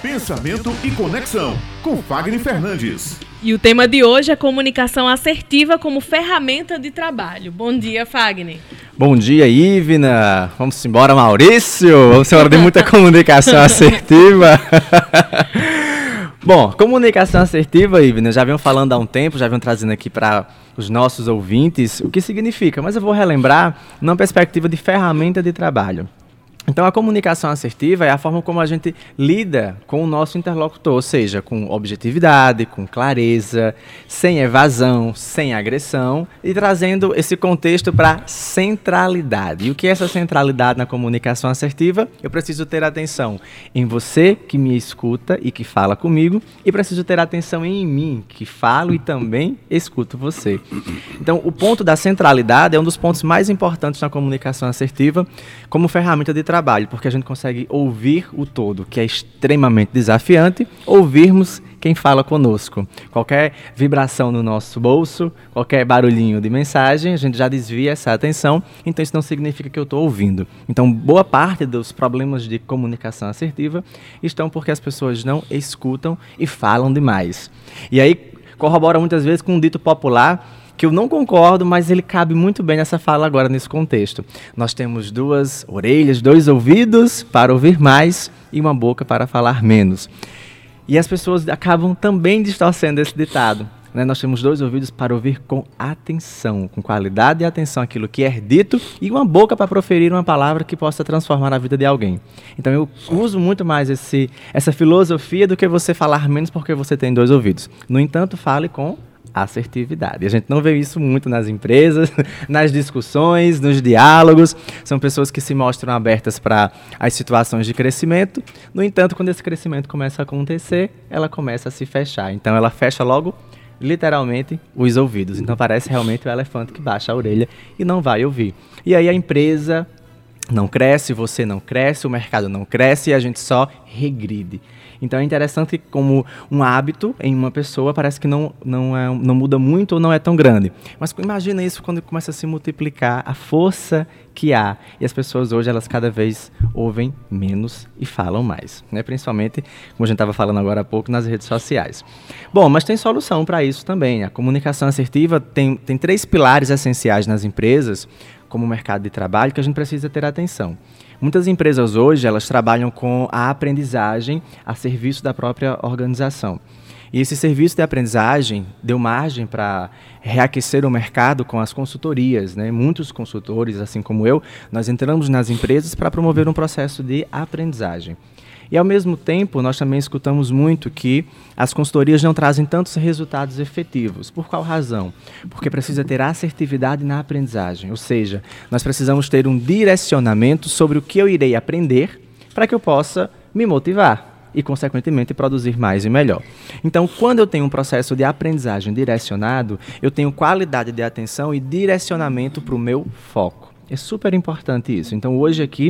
Pensamento e Conexão, com Fagner Fernandes. E o tema de hoje é comunicação assertiva como ferramenta de trabalho. Bom dia, Fagner. Bom dia, Ivna. Vamos embora, Maurício. Vamos embora de muita comunicação assertiva. Bom, comunicação assertiva, Ivna, já venho falando há um tempo, já venho trazendo aqui para os nossos ouvintes o que significa, mas eu vou relembrar numa perspectiva de ferramenta de trabalho. Então, a comunicação assertiva é a forma como a gente lida com o nosso interlocutor, ou seja, com objetividade, com clareza, sem evasão, sem agressão e trazendo esse contexto para centralidade. E o que é essa centralidade na comunicação assertiva? Eu preciso ter atenção em você que me escuta e que fala comigo e preciso ter atenção em mim, que falo e também escuto você. Então, o ponto da centralidade é um dos pontos mais importantes na comunicação assertiva como ferramenta de trabalho, porque a gente consegue ouvir o todo, que é extremamente desafiante, ouvirmos quem fala conosco. Qualquer vibração no nosso bolso, qualquer barulhinho de mensagem, a gente já desvia essa atenção, então isso não significa que eu estou ouvindo. Então, boa parte dos problemas de comunicação assertiva estão porque as pessoas não escutam e falam demais. E aí, corrobora muitas vezes com um dito popular, que eu não concordo, mas ele cabe muito bem nessa fala agora, nesse contexto. Nós temos 2 orelhas, 2 ouvidos para ouvir mais e uma boca para falar menos. E as pessoas acabam também distorcendo esse ditado, né? Nós temos 2 ouvidos para ouvir com atenção, com qualidade e atenção aquilo que é dito e uma boca para proferir uma palavra que possa transformar a vida de alguém. Então eu uso muito mais essa filosofia do que você falar menos porque você tem 2 ouvidos. No entanto, fale com assertividade. E a gente não vê isso muito nas empresas, nas discussões, nos diálogos. São pessoas que se mostram abertas para as situações de crescimento. No entanto, quando esse crescimento começa a acontecer, ela começa a se fechar. Então, ela fecha logo, literalmente, os ouvidos. Então, parece realmente o elefante que baixa a orelha e não vai ouvir. E aí a empresa não cresce, você não cresce, o mercado não cresce e a gente só regride. Então é interessante que como um hábito em uma pessoa parece que não muda muito ou não é tão grande. Mas imagina isso quando começa a se multiplicar a força que há. E as pessoas hoje, elas cada vez ouvem menos e falam mais, né? Principalmente, como a gente estava falando agora há pouco, nas redes sociais. Bom, mas tem solução para isso também. A comunicação assertiva tem 3 pilares essenciais nas empresas, como o mercado de trabalho, que a gente precisa ter atenção. Muitas empresas hoje, elas trabalham com a aprendizagem a serviço da própria organização. E esse serviço de aprendizagem deu margem para reaquecer o mercado com as consultorias, né? Muitos consultores, assim como eu, nós entramos nas empresas para promover um processo de aprendizagem. E, ao mesmo tempo, nós também escutamos muito que as consultorias não trazem tantos resultados efetivos. Por qual razão? Porque precisa ter assertividade na aprendizagem. Ou seja, nós precisamos ter um direcionamento sobre o que eu irei aprender para que eu possa me motivar e, consequentemente, produzir mais e melhor. Então, quando eu tenho um processo de aprendizagem direcionado, eu tenho qualidade de atenção e direcionamento para o meu foco. É super importante isso. Então, hoje aqui,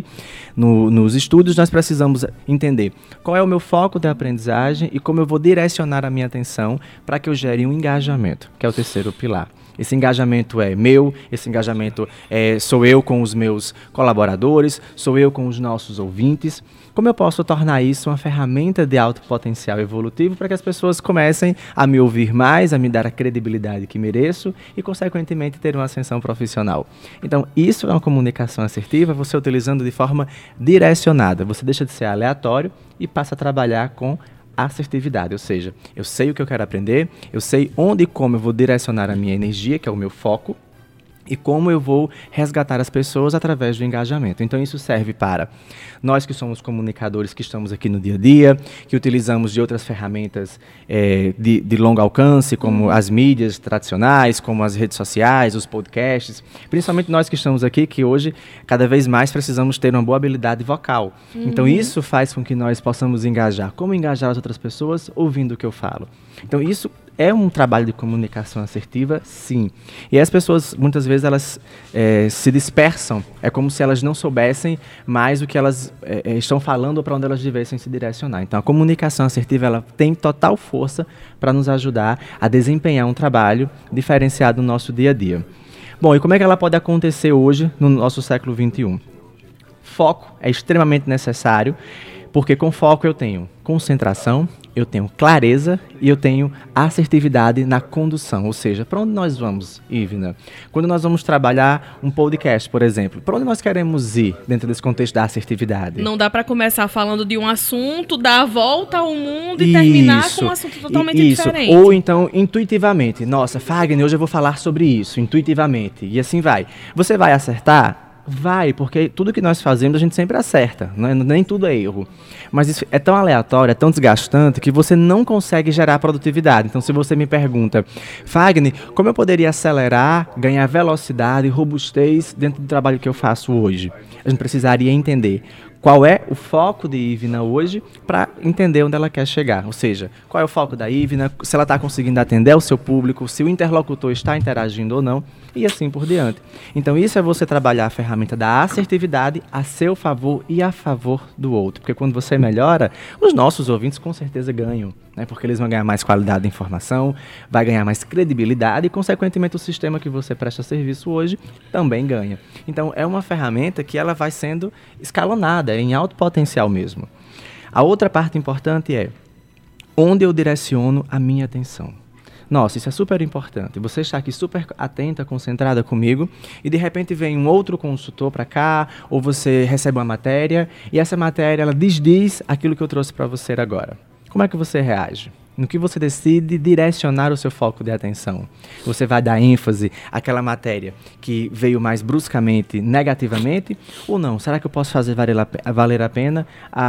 nos estudos, nós precisamos entender qual é o meu foco da aprendizagem e como eu vou direcionar a minha atenção para que eu gere um engajamento, que é o 3º pilar. Esse engajamento é meu, esse engajamento sou eu com os meus colaboradores, sou eu com os nossos ouvintes. Como eu posso tornar isso uma ferramenta de alto potencial evolutivo para que as pessoas comecem a me ouvir mais, a me dar a credibilidade que mereço e, consequentemente, ter uma ascensão profissional? Então, isso é uma comunicação assertiva, você utilizando de forma direcionada. Você deixa de ser aleatório e passa a trabalhar com assertividade, ou seja, eu sei o que eu quero aprender, eu sei onde e como eu vou direcionar a minha energia, que é o meu foco, e como eu vou resgatar as pessoas através do engajamento. Então, isso serve para nós que somos comunicadores, que estamos aqui no dia a dia, que utilizamos de outras ferramentas de longo alcance, como as mídias tradicionais, como as redes sociais, os podcasts. Principalmente nós que estamos aqui, que hoje, cada vez mais, precisamos ter uma boa habilidade vocal. Então, isso faz com que nós possamos engajar. Como engajar as outras pessoas? Ouvindo o que eu falo. Então, isso é um trabalho de comunicação assertiva, sim. E as pessoas, muitas vezes, elas se dispersam. É como se elas não soubessem mais o que elas estão falando ou para onde elas devessem se direcionar. Então, a comunicação assertiva, ela tem total força para nos ajudar a desempenhar um trabalho diferenciado no nosso dia a dia. Bom, e como é que ela pode acontecer hoje, no nosso século XXI? Foco é extremamente necessário, Porque com foco eu tenho concentração, eu tenho clareza e eu tenho assertividade na condução. Ou seja, para onde nós vamos, Ivna? Quando nós vamos trabalhar um podcast, por exemplo, para onde nós queremos ir dentro desse contexto da assertividade? Não dá para começar falando de um assunto, dar a volta ao mundo e terminar com um assunto totalmente diferente. Ou então, intuitivamente. Nossa, Fagner, hoje eu vou falar sobre isso, intuitivamente. E assim vai. Você vai acertar? Vai, porque tudo que nós fazemos a gente sempre acerta, né? Nem tudo é erro. Mas isso é tão aleatório, é tão desgastante que você não consegue gerar produtividade. Então, se você me pergunta, Fagner, como eu poderia acelerar, ganhar velocidade e robustez dentro do trabalho que eu faço hoje? A gente precisaria entender qual é o foco de Ivna hoje para entender onde ela quer chegar. Ou seja, qual é o foco da Ivna, se ela está conseguindo atender o seu público, se o interlocutor está interagindo ou não, e assim por diante. Então isso é você trabalhar a ferramenta da assertividade a seu favor e a favor do outro. Porque quando você melhora, os nossos ouvintes com certeza ganham, né? Porque eles vão ganhar mais qualidade de informação, vai ganhar mais credibilidade e, consequentemente, o sistema que você presta serviço hoje também ganha. Então é uma ferramenta que ela vai sendo escalonada, em alto potencial mesmo. A outra parte importante é onde eu direciono a minha atenção. Nossa, isso é super importante. Você está aqui super atenta, concentrada comigo e de repente vem um outro consultor para cá ou você recebe uma matéria e essa matéria ela desdiz aquilo que eu trouxe para você agora. Como é que você reage? No que você decide direcionar o seu foco de atenção? Você vai dar ênfase àquela matéria que veio mais bruscamente, negativamente, ou não? Será que eu posso fazer valer a pena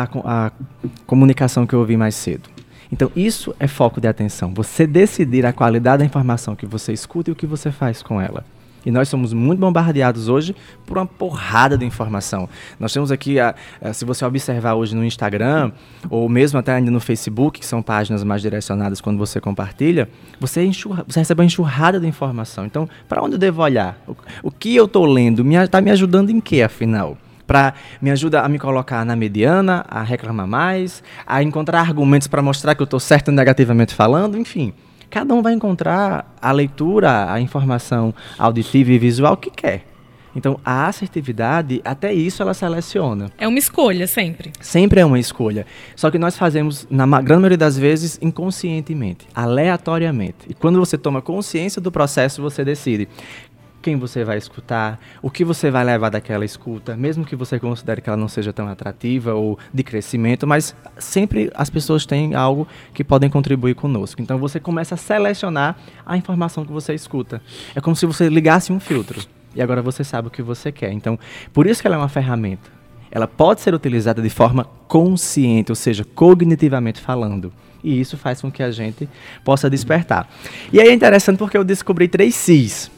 a comunicação que eu ouvi mais cedo? Então, isso é foco de atenção. Você decidir a qualidade da informação que você escuta e o que você faz com ela. E nós somos muito bombardeados hoje por uma porrada de informação. Nós temos aqui, se você observar hoje no Instagram, ou mesmo até ainda no Facebook, que são páginas mais direcionadas quando você compartilha, você recebe uma enxurrada de informação. Então, para onde eu devo olhar? O que eu estou lendo está me ajudando em quê, afinal? Me ajuda a me colocar na mediana, a reclamar mais, a encontrar argumentos para mostrar que eu estou certo negativamente falando, enfim. Cada um vai encontrar a leitura, a informação auditiva e visual que quer. Então, a assertividade, até isso ela seleciona. É uma escolha, sempre. Sempre é uma escolha. Só que nós fazemos, na grande maioria das vezes, inconscientemente, aleatoriamente. E quando você toma consciência do processo, você decide quem você vai escutar, o que você vai levar daquela escuta, mesmo que você considere que ela não seja tão atrativa ou de crescimento, mas sempre as pessoas têm algo que podem contribuir conosco. Então você começa a selecionar a informação que você escuta. É como se você ligasse um filtro e agora você sabe o que você quer. Então, por isso que ela é uma ferramenta. Ela pode ser utilizada de forma consciente, ou seja, cognitivamente falando. E isso faz com que a gente possa despertar. E aí é interessante porque eu descobri 3 Cs.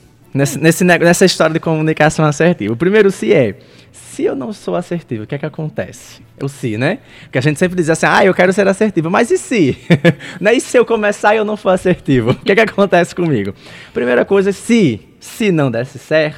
Nessa história de comunicação assertiva. O primeiro se é, se eu não sou assertivo, o que é que acontece? O se, né? Porque a gente sempre diz assim, eu quero ser assertivo, mas e se? Né? E se eu começar e eu não for assertivo? O que é que acontece comigo? Primeira coisa, se não der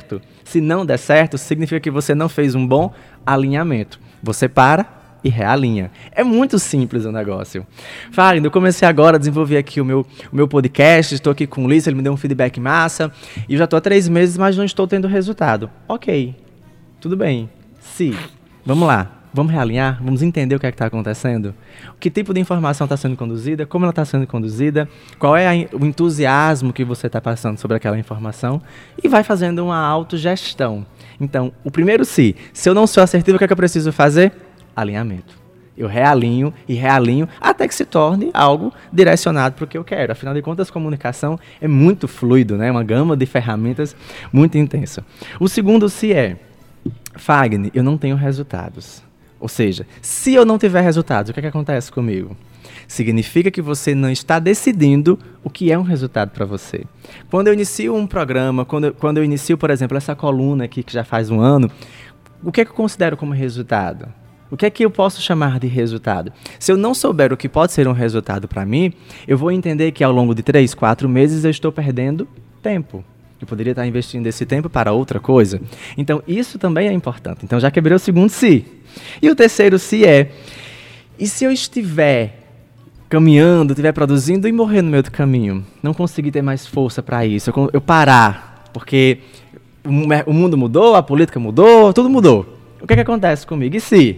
certo, significa que você não fez um bom alinhamento. Você para e realinha. É muito simples o negócio. Fagner, eu comecei agora a desenvolver aqui o meu podcast, estou aqui com o Ulisses, ele me deu um feedback massa, e eu já estou há 3 meses, mas não estou tendo resultado. Ok, tudo bem. Vamos lá, vamos realinhar, vamos entender o que é que está acontecendo, que tipo de informação está sendo conduzida, como ela está sendo conduzida, qual é o entusiasmo que você está passando sobre aquela informação, e vai fazendo uma autogestão. Então, o primeiro se eu não sou assertivo, o que é que eu preciso fazer? Alinhamento. Eu realinho e realinho até que se torne algo direcionado para o que eu quero. Afinal de contas, comunicação é muito fluido, né? Uma gama de ferramentas muito intensa. O segundo se é, Fagner, eu não tenho resultados. Ou seja, se eu não tiver resultados, o que é que acontece comigo? Significa que você não está decidindo o que é um resultado para você. Quando eu inicio um programa, quando eu inicio, por exemplo, essa coluna aqui que já faz 1 ano, o que é que eu considero como resultado? O que é que eu posso chamar de resultado? Se eu não souber o que pode ser um resultado para mim, eu vou entender que ao longo de 3, 4 meses eu estou perdendo tempo. Eu poderia estar investindo esse tempo para outra coisa. Então, isso também é importante. Então, já quebrei o segundo se. E o terceiro se é, e se eu estiver caminhando, estiver produzindo e morrer no meio do caminho? Não conseguir ter mais força para isso. Eu parar, porque o mundo mudou, a política mudou, tudo mudou. O que é que acontece comigo? E se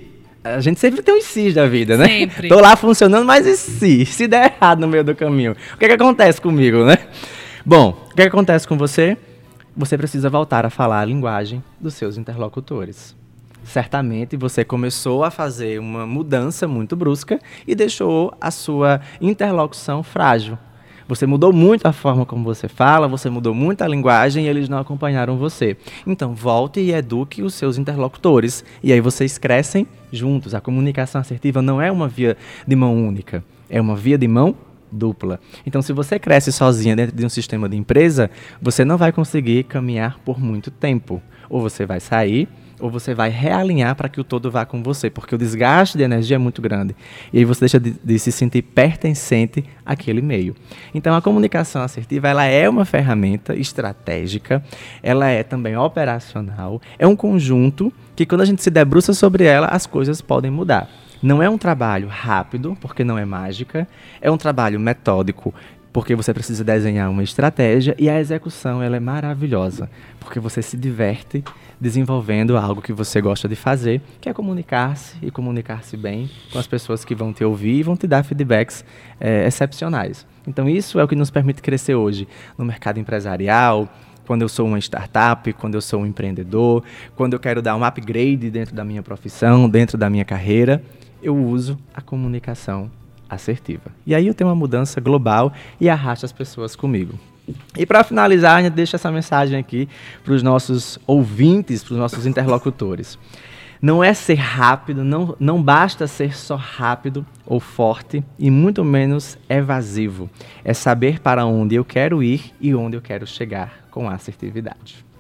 A gente sempre tem um sis da vida, né? Sempre. Tô lá funcionando, mas e se der errado no meio do caminho? O que acontece comigo, né? Bom, o que acontece com você? Você precisa voltar a falar a linguagem dos seus interlocutores. Certamente você começou a fazer uma mudança muito brusca e deixou a sua interlocução frágil. Você mudou muito a forma como você fala, você mudou muito a linguagem e eles não acompanharam você. Então, volte e eduque os seus interlocutores. E aí vocês crescem juntos. A comunicação assertiva não é uma via de mão única, é uma via de mão dupla. Então, se você cresce sozinha dentro de um sistema de empresa, você não vai conseguir caminhar por muito tempo. Ou você vai sair, ou você vai realinhar para que o todo vá com você, porque o desgaste de energia é muito grande. E aí você deixa de se sentir pertencente àquele meio. Então, a comunicação assertiva, ela é uma ferramenta estratégica, ela é também operacional, é um conjunto que, quando a gente se debruça sobre ela, as coisas podem mudar. Não é um trabalho rápido, porque não é mágica, é um trabalho metódico, porque você precisa desenhar uma estratégia, e a execução ela é maravilhosa, porque você se diverte desenvolvendo algo que você gosta de fazer, que é comunicar-se e comunicar-se bem com as pessoas que vão te ouvir e vão te dar feedbacks excepcionais. Então isso é o que nos permite crescer hoje no mercado empresarial, quando eu sou uma startup, quando eu sou um empreendedor, quando eu quero dar um upgrade dentro da minha profissão, dentro da minha carreira, eu uso a comunicação assertiva. E aí eu tenho uma mudança global e arrasto as pessoas comigo. E para finalizar, a gente deixa essa mensagem aqui para os nossos ouvintes, para os nossos interlocutores. Não é ser rápido, não basta ser só rápido ou forte, e muito menos evasivo. É saber para onde eu quero ir e onde eu quero chegar com assertividade.